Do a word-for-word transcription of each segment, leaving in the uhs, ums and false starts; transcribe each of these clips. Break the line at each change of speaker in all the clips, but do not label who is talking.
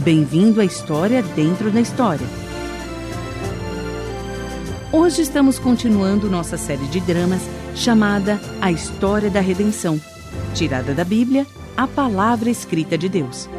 Bem-vindo à História Dentro da História. Hoje estamos continuando nossa série de dramas chamada A História da Redenção, tirada da Bíblia, a Palavra Escrita de Deus.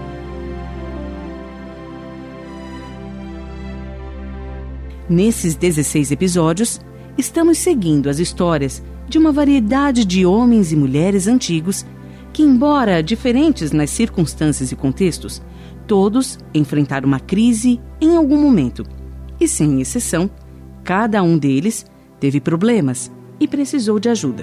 Nesses dezesseis episódios, estamos seguindo as histórias de uma variedade de homens e mulheres antigos que, embora diferentes nas circunstâncias e contextos, todos enfrentaram uma crise em algum momento. E, sem exceção, cada um deles teve problemas e precisou de ajuda.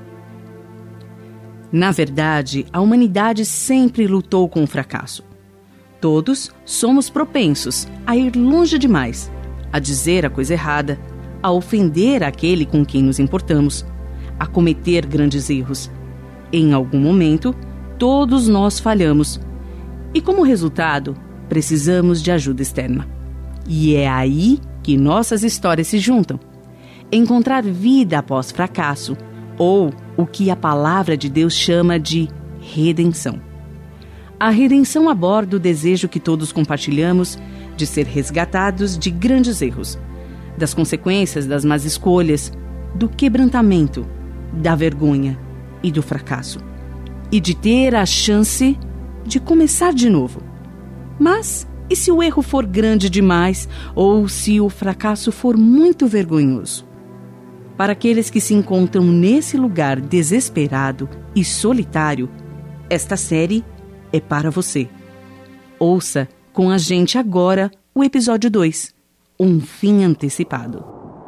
Na verdade, a humanidade sempre lutou com o fracasso. Todos somos propensos a ir longe demais, a dizer a coisa errada, a ofender aquele com quem nos importamos, a cometer grandes erros. Em algum momento, todos nós falhamos e, como resultado, precisamos de ajuda externa. E é aí que nossas histórias se juntam. Encontrar vida após fracasso, ou o que a palavra de Deus chama de redenção. A redenção aborda o desejo que todos compartilhamos de ser resgatados de grandes erros, das consequências das más escolhas, do quebrantamento, da vergonha e do fracasso, e de ter a chance de começar de novo. Mas e se o erro for grande demais, ou se o fracasso for muito vergonhoso? Para aqueles que se encontram nesse lugar desesperado e solitário, esta série é para você. Ouça com a gente agora o episódio dois, Um Fim Antecipado.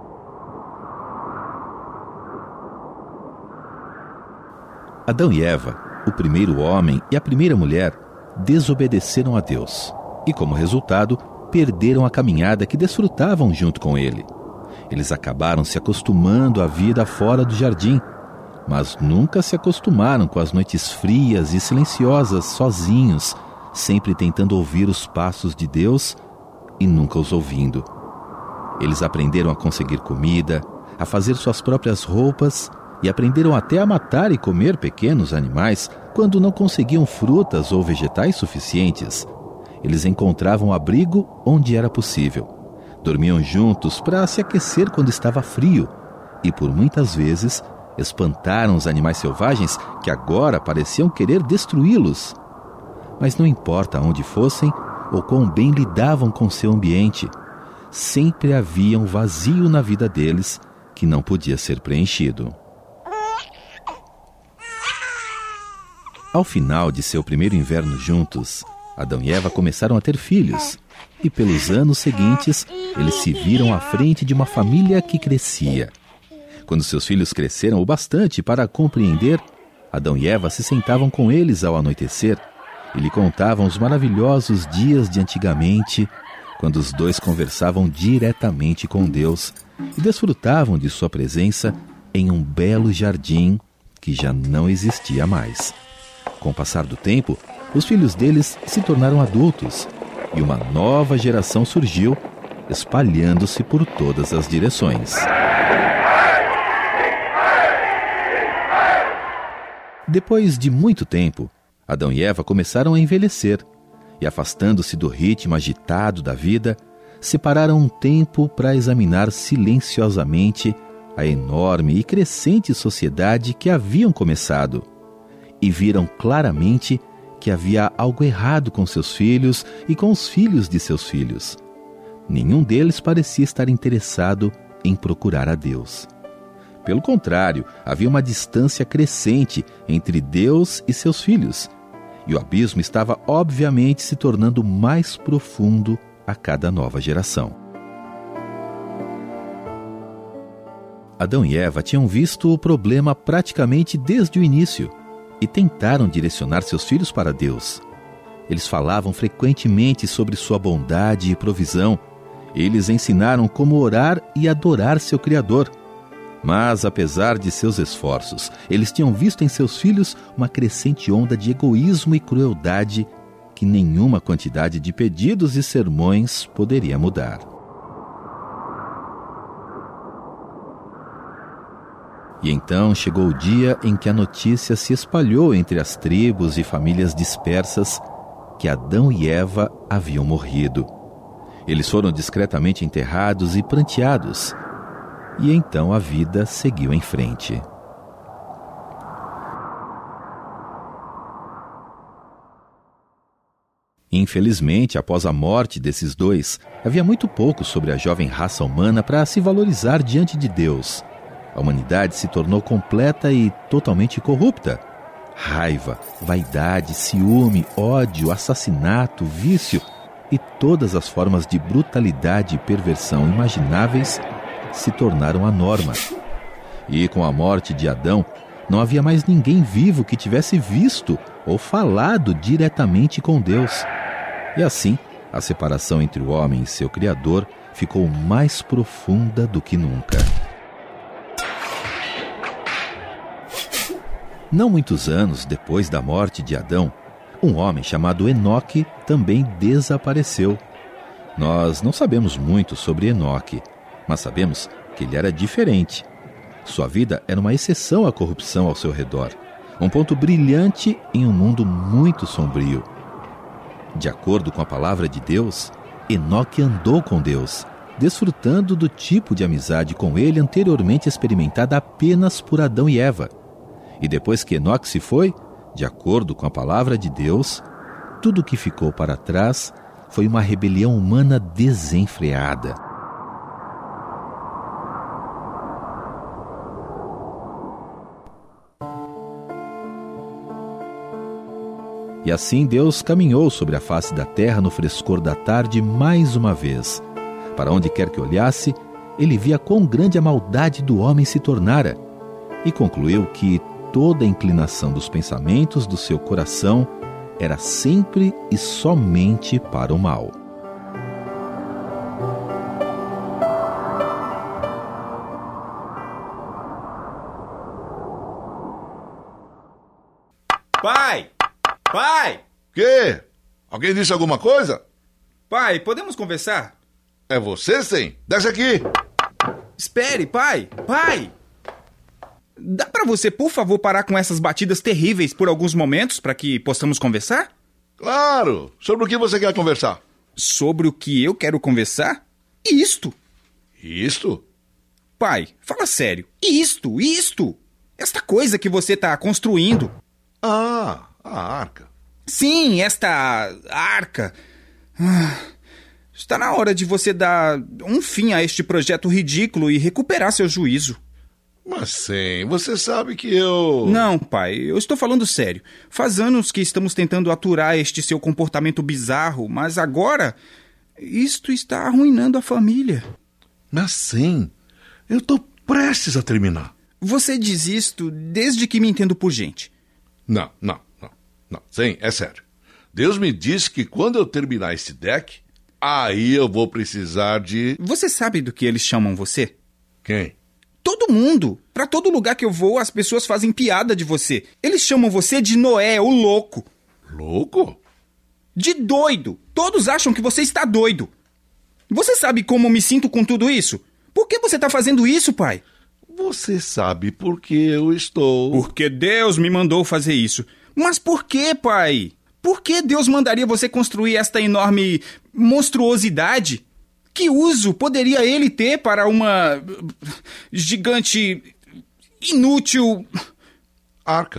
Adão e Eva, o primeiro homem e a primeira mulher, desobedeceram a Deus e, como resultado, perderam a caminhada que desfrutavam junto com Ele. Eles acabaram se acostumando à vida fora do jardim, mas nunca se acostumaram com as noites frias e silenciosas, sozinhos, sempre tentando ouvir os passos de Deus e nunca os ouvindo. Eles aprenderam a conseguir comida, a fazer suas próprias roupas e aprenderam até a matar e comer pequenos animais quando não conseguiam frutas ou vegetais suficientes. Eles encontravam abrigo onde era possível. Dormiam juntos para se aquecer quando estava frio e, por muitas vezes, espantaram os animais selvagens que agora pareciam querer destruí-los. Mas não importa onde fossem ou quão bem lidavam com seu ambiente, sempre havia um vazio na vida deles que não podia ser preenchido. Ao final de seu primeiro inverno juntos, Adão e Eva começaram a ter filhos, e pelos anos seguintes, eles se viram à frente de uma família que crescia. Quando seus filhos cresceram o bastante para compreender, Adão e Eva se sentavam com eles ao anoitecer e lhe contavam os maravilhosos dias de antigamente, quando os dois conversavam diretamente com Deus e desfrutavam de sua presença em um belo jardim que já não existia mais. Com o passar do tempo, os filhos deles se tornaram adultos e uma nova geração surgiu, espalhando-se por todas as direções. Depois de muito tempo, Adão e Eva começaram a envelhecer e, afastando-se do ritmo agitado da vida, separaram um tempo para examinar silenciosamente a enorme e crescente sociedade que haviam começado e viram claramente que havia algo errado com seus filhos e com os filhos de seus filhos. Nenhum deles parecia estar interessado em procurar a Deus. Pelo contrário, havia uma distância crescente entre Deus e seus filhos, e o abismo estava obviamente se tornando mais profundo a cada nova geração. Adão e Eva tinham visto o problema praticamente desde o início e tentaram direcionar seus filhos para Deus. Eles falavam frequentemente sobre sua bondade e provisão. Eles ensinaram como orar e adorar seu Criador. Mas, apesar de seus esforços, eles tinham visto em seus filhos uma crescente onda de egoísmo e crueldade que nenhuma quantidade de pedidos e sermões poderia mudar. E então chegou o dia em que a notícia se espalhou entre as tribos e famílias dispersas que Adão e Eva haviam morrido. Eles foram discretamente enterrados e pranteados. E então a vida seguiu em frente. Infelizmente, após a morte desses dois, havia muito pouco sobre a jovem raça humana para se valorizar diante de Deus. A humanidade se tornou completa e totalmente corrupta. Raiva, vaidade, ciúme, ódio, assassinato, vício e todas as formas de brutalidade e perversão imagináveis se tornaram a norma. E com a morte de Adão, não havia mais ninguém vivo que tivesse visto ou falado diretamente com Deus. E assim, a separação entre o homem e seu Criador ficou mais profunda do que nunca. Não muitos anos depois da morte de Adão, um homem chamado Enoque também desapareceu. Nós não sabemos muito sobre Enoque, mas sabemos que ele era diferente. Sua vida era uma exceção à corrupção ao seu redor, um ponto brilhante em um mundo muito sombrio. De acordo com a palavra de Deus, Enoque andou com Deus, desfrutando do tipo de amizade com ele anteriormente experimentada apenas por Adão e Eva. E depois que Enoque se foi, de acordo com a palavra de Deus, tudo que ficou para trás foi uma rebelião humana desenfreada. E assim Deus caminhou sobre a face da terra no frescor da tarde mais uma vez. Para onde quer que olhasse, ele via quão grande a maldade do homem se tornara e concluiu que toda a inclinação dos pensamentos do seu coração era sempre e somente para o mal.
Pai! Pai!
Quê? Alguém disse alguma coisa?
Pai, podemos conversar?
É você, sim? Desce aqui!
Espere, pai! Pai! Dá pra você, por favor, parar com essas batidas terríveis por alguns momentos para que possamos conversar?
Claro! Sobre o que você quer conversar?
Sobre o que eu quero conversar? Isto!
Isto?
Pai, fala sério. Isto, isto! Esta coisa que você tá construindo.
Ah, a arca.
Sim, esta arca. Ah, está na hora de você dar um fim a este projeto ridículo e recuperar seu juízo.
Mas sim, você sabe que eu...
Não, pai, eu estou falando sério. Faz anos que estamos tentando aturar este seu comportamento bizarro, mas agora isto está arruinando a família.
Mas sim, eu estou prestes a terminar.
Você diz isto desde que me entendo por gente.
Não, não, não, não. Sim, é sério. Deus me disse que quando eu terminar esse deck, aí eu vou precisar de...
Você sabe do que eles chamam você?
Quem?
Todo mundo. Pra todo lugar que eu vou, as pessoas fazem piada de você. Eles chamam você de Noé, o louco.
Louco?
De doido. Todos acham que você está doido. Você sabe como eu me sinto com tudo isso? Por que você está fazendo isso, pai?
Você sabe por que eu estou...
Porque Deus me mandou fazer isso. Mas por que, pai? Por que Deus mandaria você construir esta enorme monstruosidade? Que uso poderia ele ter para uma gigante, inútil...
Arca.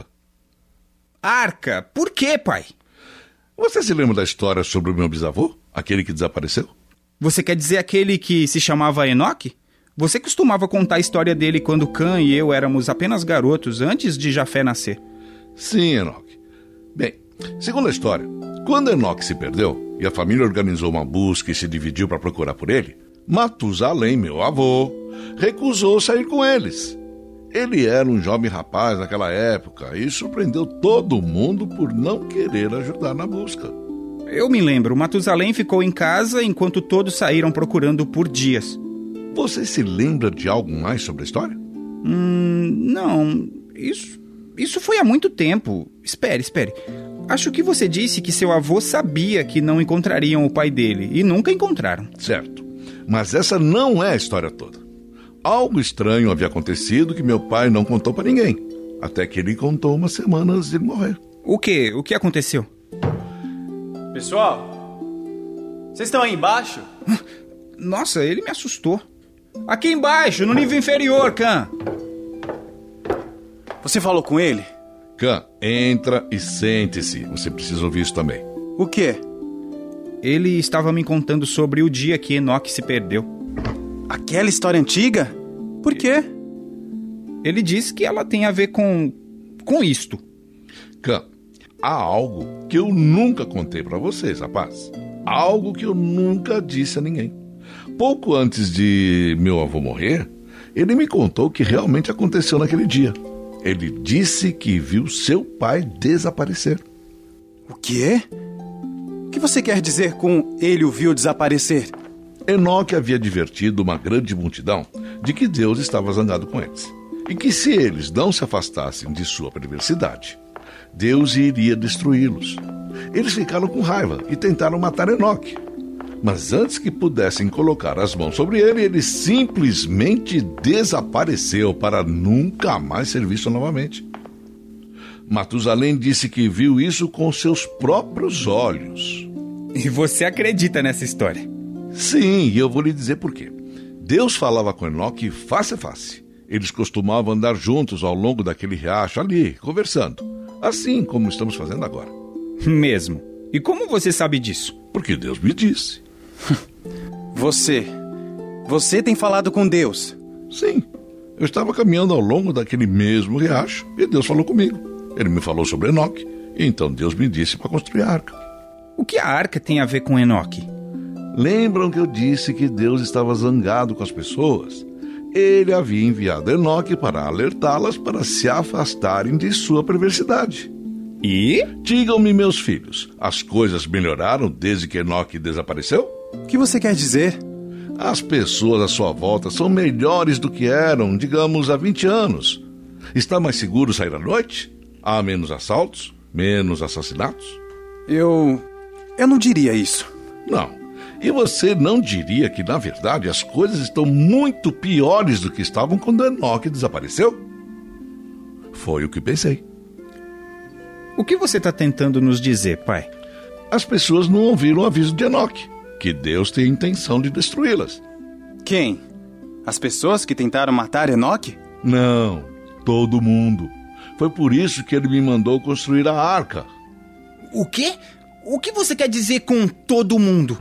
Arca? Por quê, pai?
Você se lembra da história sobre o meu bisavô? Aquele que desapareceu?
Você quer dizer aquele que se chamava Enoque? Você costumava contar a história dele quando Cã e eu éramos apenas garotos, antes de Jafé nascer.
Sim, Enoque. Bem, segundo a história, quando Enoque se perdeu e a família organizou uma busca e se dividiu para procurar por ele, Matusalém, meu avô, recusou sair com eles. Ele era um jovem rapaz naquela época e surpreendeu todo mundo por não querer ajudar na busca.
Eu me lembro, Matusalém ficou em casa enquanto todos saíram procurando por dias.
Você se lembra de algo mais sobre a história?
Hum, não, isso, isso foi há muito tempo. Espere, espere. Acho que você disse que seu avô sabia que não encontrariam o pai dele e nunca encontraram.
Certo, mas essa não é a história toda. Algo estranho havia acontecido que meu pai não contou para ninguém, até que ele contou umas semanas antes de ele morrer.
O quê? O que aconteceu?
Pessoal, vocês estão aí embaixo?
Nossa, ele me assustou. Aqui embaixo, no nível inferior, Khan.
Você falou com ele?
Khan, entra e sente-se. Você precisa ouvir isso também.
O quê?
Ele estava me contando sobre o dia que Enoque se perdeu.
Aquela história antiga? Por quê?
Ele disse que ela tem a ver com... com isto.
Khan, há algo que eu nunca contei pra vocês, rapaz. Algo que eu nunca disse a ninguém. Pouco antes de meu avô morrer, ele me contou o que realmente aconteceu naquele dia. Ele disse que viu seu pai desaparecer.
O quê? O que você quer dizer com ele o viu desaparecer?
Enoque havia advertido uma grande multidão de que Deus estava zangado com eles. E que se eles não se afastassem de sua perversidade, Deus iria destruí-los. Eles ficaram com raiva e tentaram matar Enoque. Mas antes que pudessem colocar as mãos sobre ele, ele simplesmente desapareceu para nunca mais ser visto novamente. Matusalém disse que viu isso com seus próprios olhos.
E você acredita nessa história?
Sim, e eu vou lhe dizer por quê. Deus falava com Enoque face a face. Eles costumavam andar juntos ao longo daquele riacho ali, conversando. Assim como estamos fazendo agora.
Mesmo. E como você sabe disso?
Porque Deus me disse.
Você... Você tem falado com Deus?
Sim. Eu estava caminhando ao longo daquele mesmo riacho e Deus falou comigo. Ele me falou sobre Enoque. E então Deus me disse para construir a arca.
O que a arca tem a ver com Enoque?
Lembram que eu disse que Deus estava zangado com as pessoas? Ele havia enviado Enoque para alertá-las para se afastarem de sua perversidade.
E?
Digam-me, meus filhos, as coisas melhoraram desde que Enoque desapareceu?
O que você quer dizer?
As pessoas à sua volta são melhores do que eram, digamos, há vinte anos. Está mais seguro sair à noite? Há menos assaltos? Menos assassinatos?
Eu... eu não diria isso.
Não. E você não diria que, na verdade, as coisas estão muito piores do que estavam quando Enoque desapareceu? Foi o que pensei.
O que você está tentando nos dizer, pai?
As pessoas não ouviram o aviso de Enoque, que Deus tem a intenção de destruí-las.
Quem? As pessoas que tentaram matar Enoque?
Não, todo mundo. Foi por isso que ele me mandou construir a arca.
O quê? O que você quer dizer com todo mundo?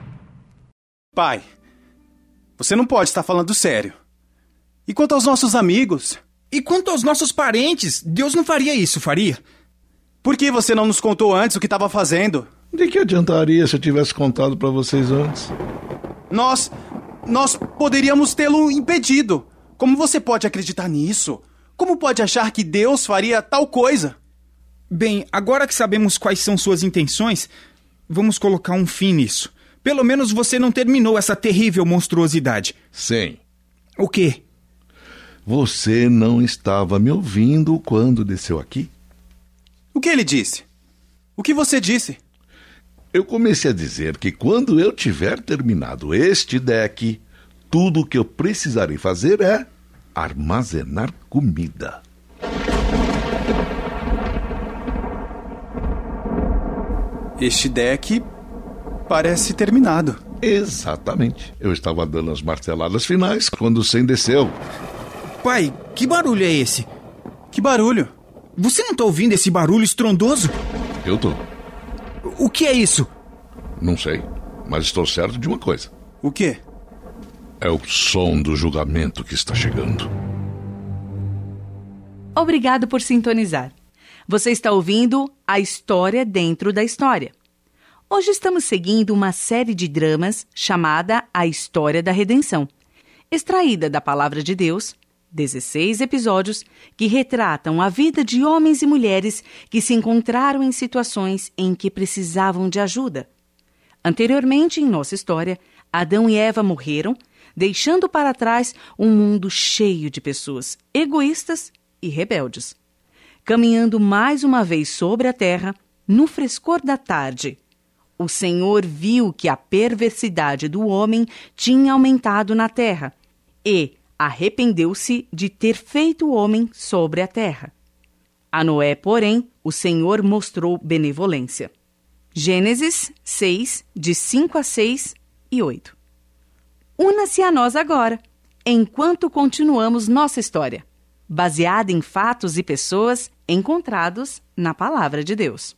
Pai, você não pode estar falando sério. E quanto aos nossos amigos?
E quanto aos nossos parentes? Deus não faria isso, faria?
Por que você não nos contou antes o que estava fazendo?
De que adiantaria se eu tivesse contado para vocês antes?
Nós... nós poderíamos tê-lo impedido. Como você pode acreditar nisso? Como pode achar que Deus faria tal coisa?
Bem, agora que sabemos quais são suas intenções, vamos colocar um fim nisso. Pelo menos você não terminou essa terrível monstruosidade.
Sim.
O quê?
Você não estava me ouvindo quando desceu aqui?
O que ele disse? O que você disse?
Eu comecei a dizer que quando eu tiver terminado este deck, tudo o que eu precisarei fazer é armazenar comida.
Este deck parece terminado.
Exatamente. Eu estava dando as marteladas finais quando o Sem desceu.
Pai, que barulho é esse?
Que barulho?
Você não está ouvindo esse barulho estrondoso?
Eu tô.
O que é isso?
Não sei, mas estou certo de uma coisa.
O quê?
É o som do julgamento que está chegando.
Obrigado por sintonizar. Você está ouvindo A História Dentro da História. Hoje estamos seguindo uma série de dramas chamada A História da Redenção, extraída da Palavra de Deus, dezesseis episódios que retratam a vida de homens e mulheres que se encontraram em situações em que precisavam de ajuda. Anteriormente, em nossa história, Adão e Eva morreram, deixando para trás um mundo cheio de pessoas egoístas e rebeldes. Caminhando mais uma vez sobre a terra, no frescor da tarde, o Senhor viu que a perversidade do homem tinha aumentado na terra e arrependeu-se de ter feito o homem sobre a terra. A Noé, porém, o Senhor mostrou benevolência. Gênesis seis, de cinco a seis e oito. Una-se a nós agora, enquanto continuamos nossa história, baseada em fatos e pessoas encontrados na Palavra de Deus.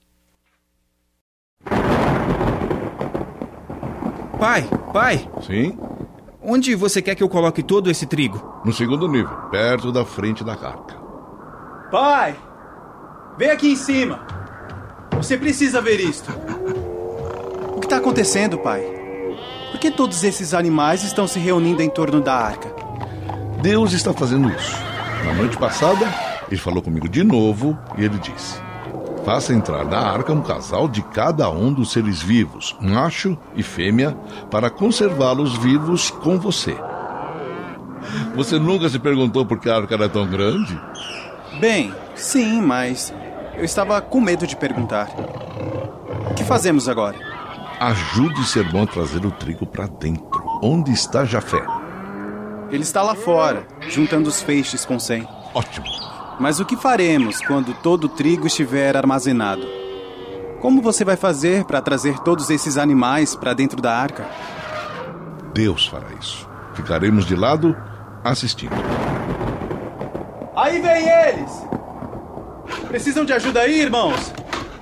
Pai, pai,
Sim?
onde você quer que eu coloque todo esse trigo?
No segundo nível, perto da frente da arca.
Pai, vem aqui em cima. Você precisa ver isto. O que está acontecendo, pai? Por que todos esses animais estão se reunindo em torno da arca?
Deus está fazendo isso. Na noite passada, ele falou comigo de novo e ele disse: faça entrar na arca um casal de cada um dos seres vivos, macho e fêmea, para conservá-los vivos com você. Você nunca se perguntou por que a arca era tão grande?
Bem, sim, mas eu estava com medo de perguntar. O que fazemos agora?
Ajude seu irmão a trazer o trigo para dentro. Onde está Jafé?
Ele está lá fora, juntando os feixes com Sem.
Ótimo.
Mas o que faremos quando todo o trigo estiver armazenado? Como você vai fazer para trazer todos esses animais para dentro da arca?
Deus fará isso. Ficaremos de lado assistindo.
Aí vem eles! Precisam de ajuda aí, irmãos?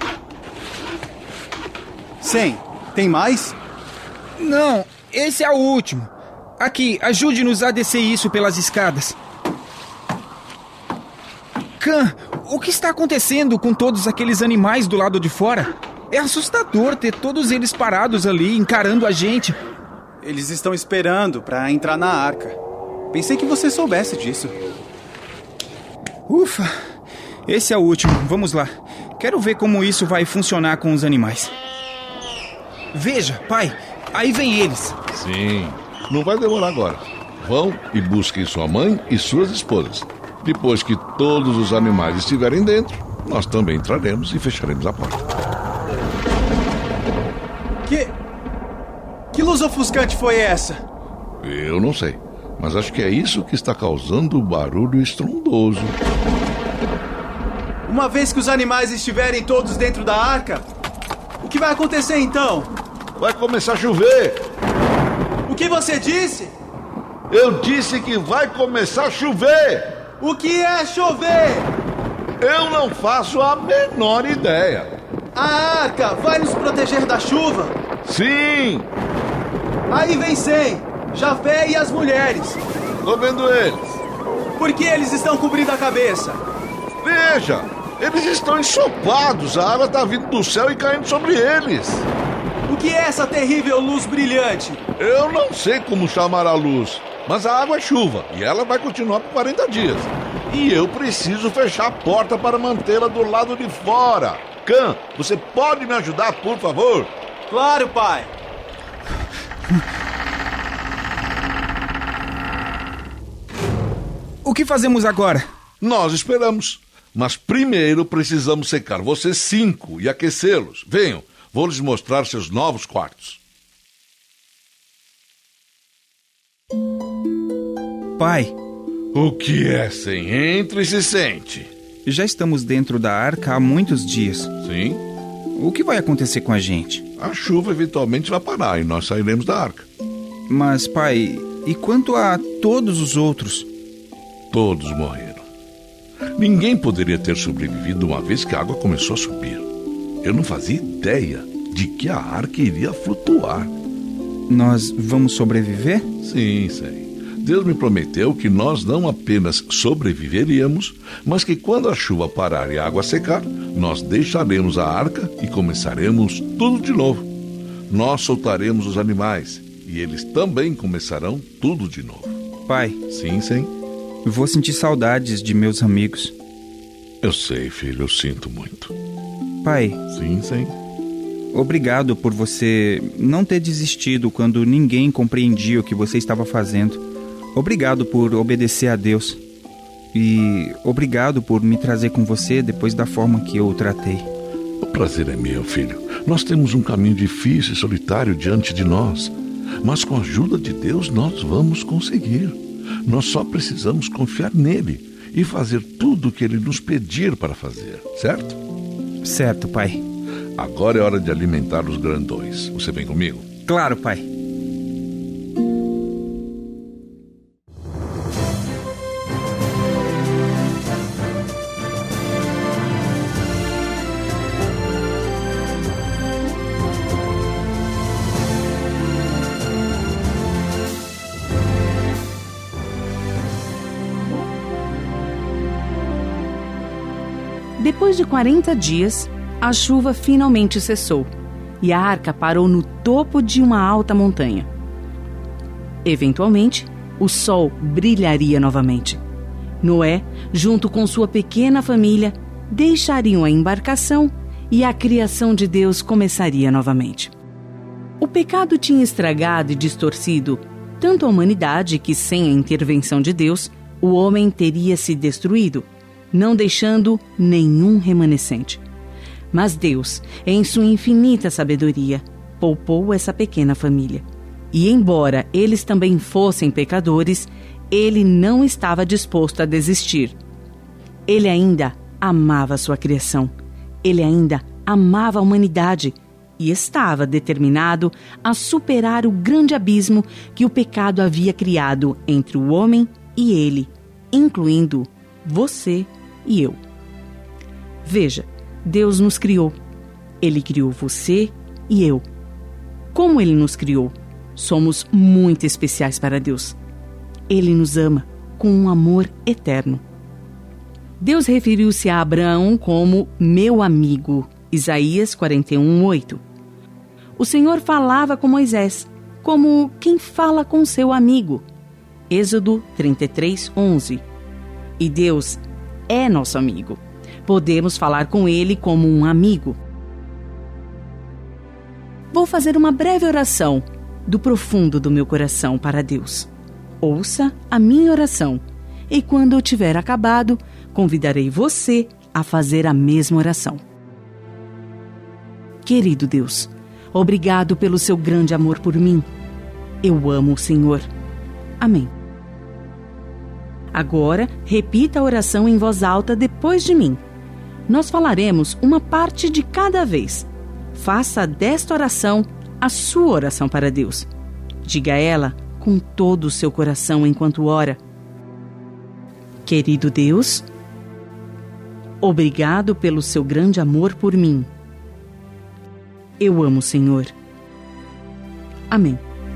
Sem, tem mais?
Não, esse é o último. Aqui, ajude-nos a descer isso pelas escadas. Khan, o que está acontecendo com todos aqueles animais do lado de fora? É assustador ter todos eles parados ali, encarando a gente.
Eles estão esperando para entrar na arca. Pensei que você soubesse disso.
Ufa, esse é o último. Vamos lá. Quero ver como isso vai funcionar com os animais. Veja, pai, aí vem eles.
Sim, não vai demorar agora. Vão e busquem sua mãe e suas esposas. Depois que todos os animais estiverem dentro, nós também entraremos e fecharemos a porta.
Que... Que luz ofuscante foi essa?
Eu não sei, mas acho que é isso que está causando o barulho estrondoso.
Uma vez que os animais estiverem todos dentro da arca, o que vai acontecer então?
Vai começar a chover!
O que você disse?
Eu disse que vai começar a chover!
O que é chover?
Eu não faço a menor ideia.
A arca vai nos proteger da chuva?
Sim!
Aí vem Sem, Jafé e as mulheres.
Tô vendo eles.
Por que eles estão cobrindo a cabeça?
Veja, eles estão ensopados. A água está vindo do céu e caindo sobre eles.
O que é essa terrível luz brilhante?
Eu não sei como chamar a luz, mas a água é chuva e ela vai continuar por quarenta dias. E eu preciso fechar a porta para mantê-la do lado de fora. Khan, você pode me ajudar, por favor?
Claro, pai.
O que fazemos agora?
Nós esperamos. Mas primeiro precisamos secar vocês cinco e aquecê-los. Venham, vou lhes mostrar seus novos quartos.
Pai,
O que é, Sem? Entre e se sente.
já estamos dentro da arca há muitos dias.
Sim,
O que vai acontecer com a gente?
a chuva eventualmente vai parar e nós sairemos da arca.
Mas, pai, e quanto a todos os outros?
Todos morreram. Ninguém poderia ter sobrevivido uma vez que a água começou a subir. Eu não fazia ideia de que a arca iria flutuar.
Nós vamos sobreviver?
Sim, sei. Deus me prometeu que nós não apenas sobreviveríamos, mas que quando a chuva parar e a água secar, nós deixaremos a arca e começaremos tudo de novo. Nós soltaremos os animais e eles também começarão tudo de novo.
Pai,
Sim, sim.
vou sentir saudades de meus amigos.
Eu sei, filho, eu sinto muito.
Pai,
Sim, sim.
obrigado por você não ter desistido quando ninguém compreendia o que você estava fazendo. Obrigado por obedecer a Deus. E obrigado por me trazer com você depois da forma que eu o tratei.
O prazer é meu, filho. Nós temos um caminho difícil e solitário diante de nós, mas com a ajuda de Deus nós vamos conseguir. Nós só precisamos confiar nele e fazer tudo o que ele nos pedir para fazer, certo?
Certo, pai.
Agora é hora de alimentar os grandões. Você vem comigo?
Claro, pai.
Depois de quarenta dias, a chuva finalmente cessou e a arca parou no topo de uma alta montanha. Eventualmente, o sol brilharia novamente. Noé, junto com sua pequena família, deixariam a embarcação e a criação de Deus começaria novamente. O pecado tinha estragado e distorcido tanto a humanidade que, sem a intervenção de Deus, o homem teria se destruído, não deixando nenhum remanescente. Mas Deus, em sua infinita sabedoria, poupou essa pequena família. E embora eles também fossem pecadores, ele não estava disposto a desistir. Ele ainda amava sua criação. Ele ainda amava a humanidade e estava determinado a superar o grande abismo que o pecado havia criado entre o homem e ele, incluindo você e eu. Veja, Deus nos criou. Ele criou você e eu. Como Ele nos criou, somos muito especiais para Deus. Ele nos ama com um amor eterno. Deus referiu-se a Abraão como meu amigo, Isaías quarenta e um, oito. O Senhor falava com Moisés, como quem fala com seu amigo, Êxodo trinta e três, onze. E Deus é nosso amigo. Podemos falar com Ele como um amigo. Vou fazer uma breve oração do profundo do meu coração para Deus. Ouça a minha oração e quando eu tiver acabado, convidarei você a fazer a mesma oração. Querido Deus, obrigado pelo seu grande amor por mim. Eu amo o Senhor. Amém. Agora, repita a oração em voz alta depois de mim. Nós falaremos uma parte de cada vez. Faça desta oração a sua oração para Deus. Diga ela com todo o seu coração enquanto ora. Querido Deus, obrigado pelo seu grande amor por mim. Eu amo o Senhor. Amém.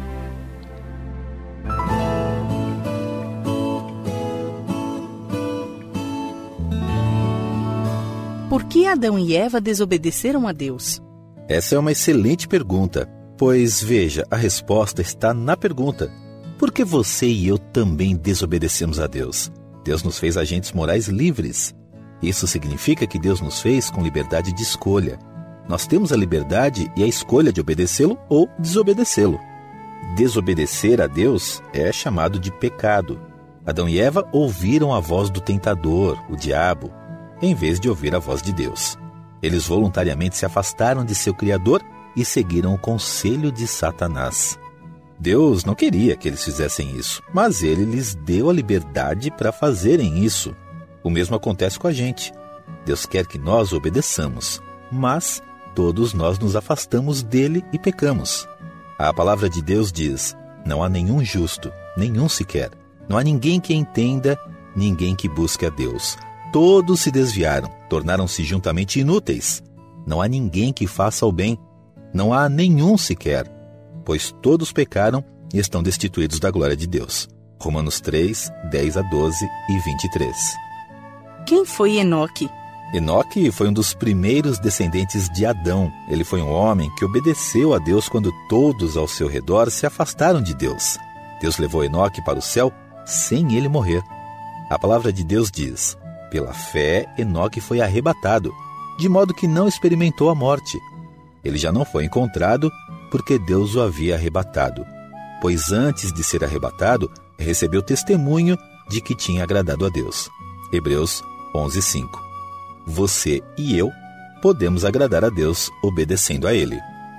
Por que Adão e Eva desobedeceram a Deus?
Essa é uma excelente pergunta, pois, veja, a resposta está na pergunta. Por que você e eu também desobedecemos a Deus? Deus nos fez agentes morais livres. Isso significa que Deus nos fez com liberdade de escolha. Nós temos a liberdade e a escolha de obedecê-lo ou desobedecê-lo. Desobedecer a Deus é chamado de pecado. Adão e Eva ouviram a voz do tentador, o diabo, em vez de ouvir a voz de Deus. Eles voluntariamente se afastaram de seu Criador e seguiram o conselho de Satanás. Deus não queria que eles fizessem isso, mas Ele lhes deu a liberdade para fazerem isso. O mesmo acontece com a gente. Deus quer que nós obedeçamos, mas todos nós nos afastamos dele e pecamos. A palavra de Deus diz: não há nenhum justo, nenhum sequer. Não há ninguém que entenda, ninguém que busque a Deus. Todos se desviaram, tornaram-se juntamente inúteis. Não há ninguém que faça o bem. Não há nenhum sequer, pois todos pecaram e estão destituídos da glória de Deus. Romanos três, dez a doze e vinte e três.
Quem foi Enoque?
Enoque foi um dos primeiros descendentes de Adão. Ele foi um homem que obedeceu a Deus quando todos ao seu redor se afastaram de Deus. Deus levou Enoque para o céu sem ele morrer. A palavra de Deus diz: pela fé, Enoque foi arrebatado, de modo que não experimentou a morte. Ele já não foi encontrado porque Deus o havia arrebatado, pois antes de ser arrebatado, recebeu testemunho de que tinha agradado a Deus. Hebreus onze, cinco. Você e eu podemos agradar a Deus obedecendo a Ele.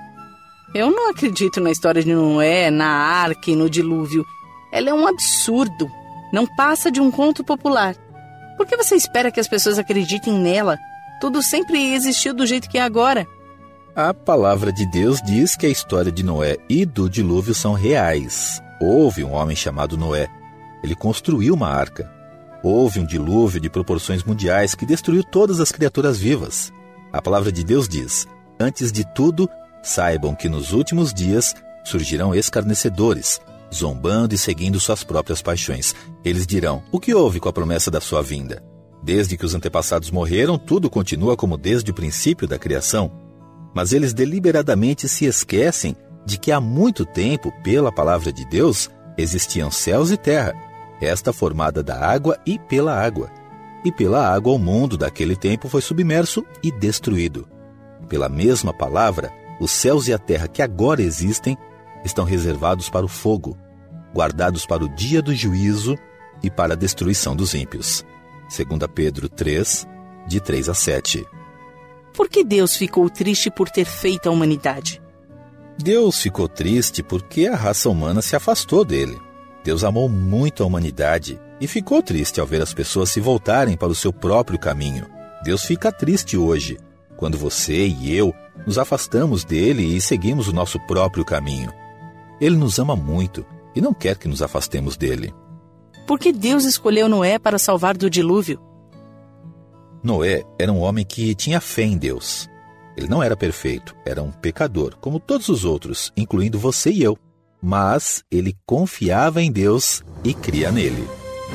Eu não acredito na história de Noé, na arca e no dilúvio. Ela é um absurdo. Não passa de um conto popular. Por que você espera que as pessoas acreditem nela? Tudo sempre existiu do jeito que é agora.
A palavra de Deus diz que a história de Noé e do dilúvio são reais. Houve um homem chamado Noé. Ele construiu uma arca. Houve um dilúvio de proporções mundiais que destruiu todas as criaturas vivas. A palavra de Deus diz: antes de tudo, saibam que nos últimos dias surgirão escarnecedores, zombando e seguindo suas próprias paixões. Eles dirão: o que houve com a promessa da sua vinda? Desde que os antepassados morreram, tudo continua como desde o princípio da criação. Mas eles deliberadamente se esquecem de que há muito tempo, pela palavra de Deus, existiam céus e terra, esta formada da água e pela água. E pela água o mundo daquele tempo foi submerso e destruído. Pela mesma palavra, os céus e a terra que agora existem estão reservados para o fogo, guardados para o dia do juízo e para a destruição dos ímpios. Segunda Pedro três, de três a sete.
Por que Deus ficou triste por ter feito a humanidade?
Deus ficou triste porque a raça humana se afastou dele. Deus amou muito a humanidade e ficou triste ao ver as pessoas se voltarem para o seu próprio caminho. Deus fica triste hoje, quando você e eu nos afastamos dele e seguimos o nosso próprio caminho. Ele nos ama muito e não quer que nos afastemos dele.
Por que Deus escolheu Noé para salvar do dilúvio?
Noé era um homem que tinha fé em Deus. Ele não era perfeito, era um pecador, como todos os outros, incluindo você e eu. Mas ele confiava em Deus e cria nele.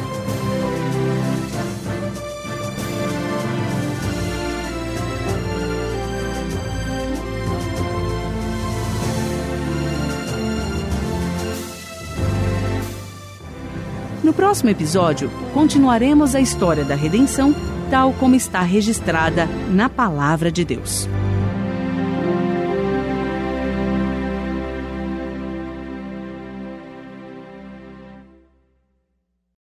No próximo episódio, continuaremos a história da redenção, tal como está registrada na Palavra de Deus.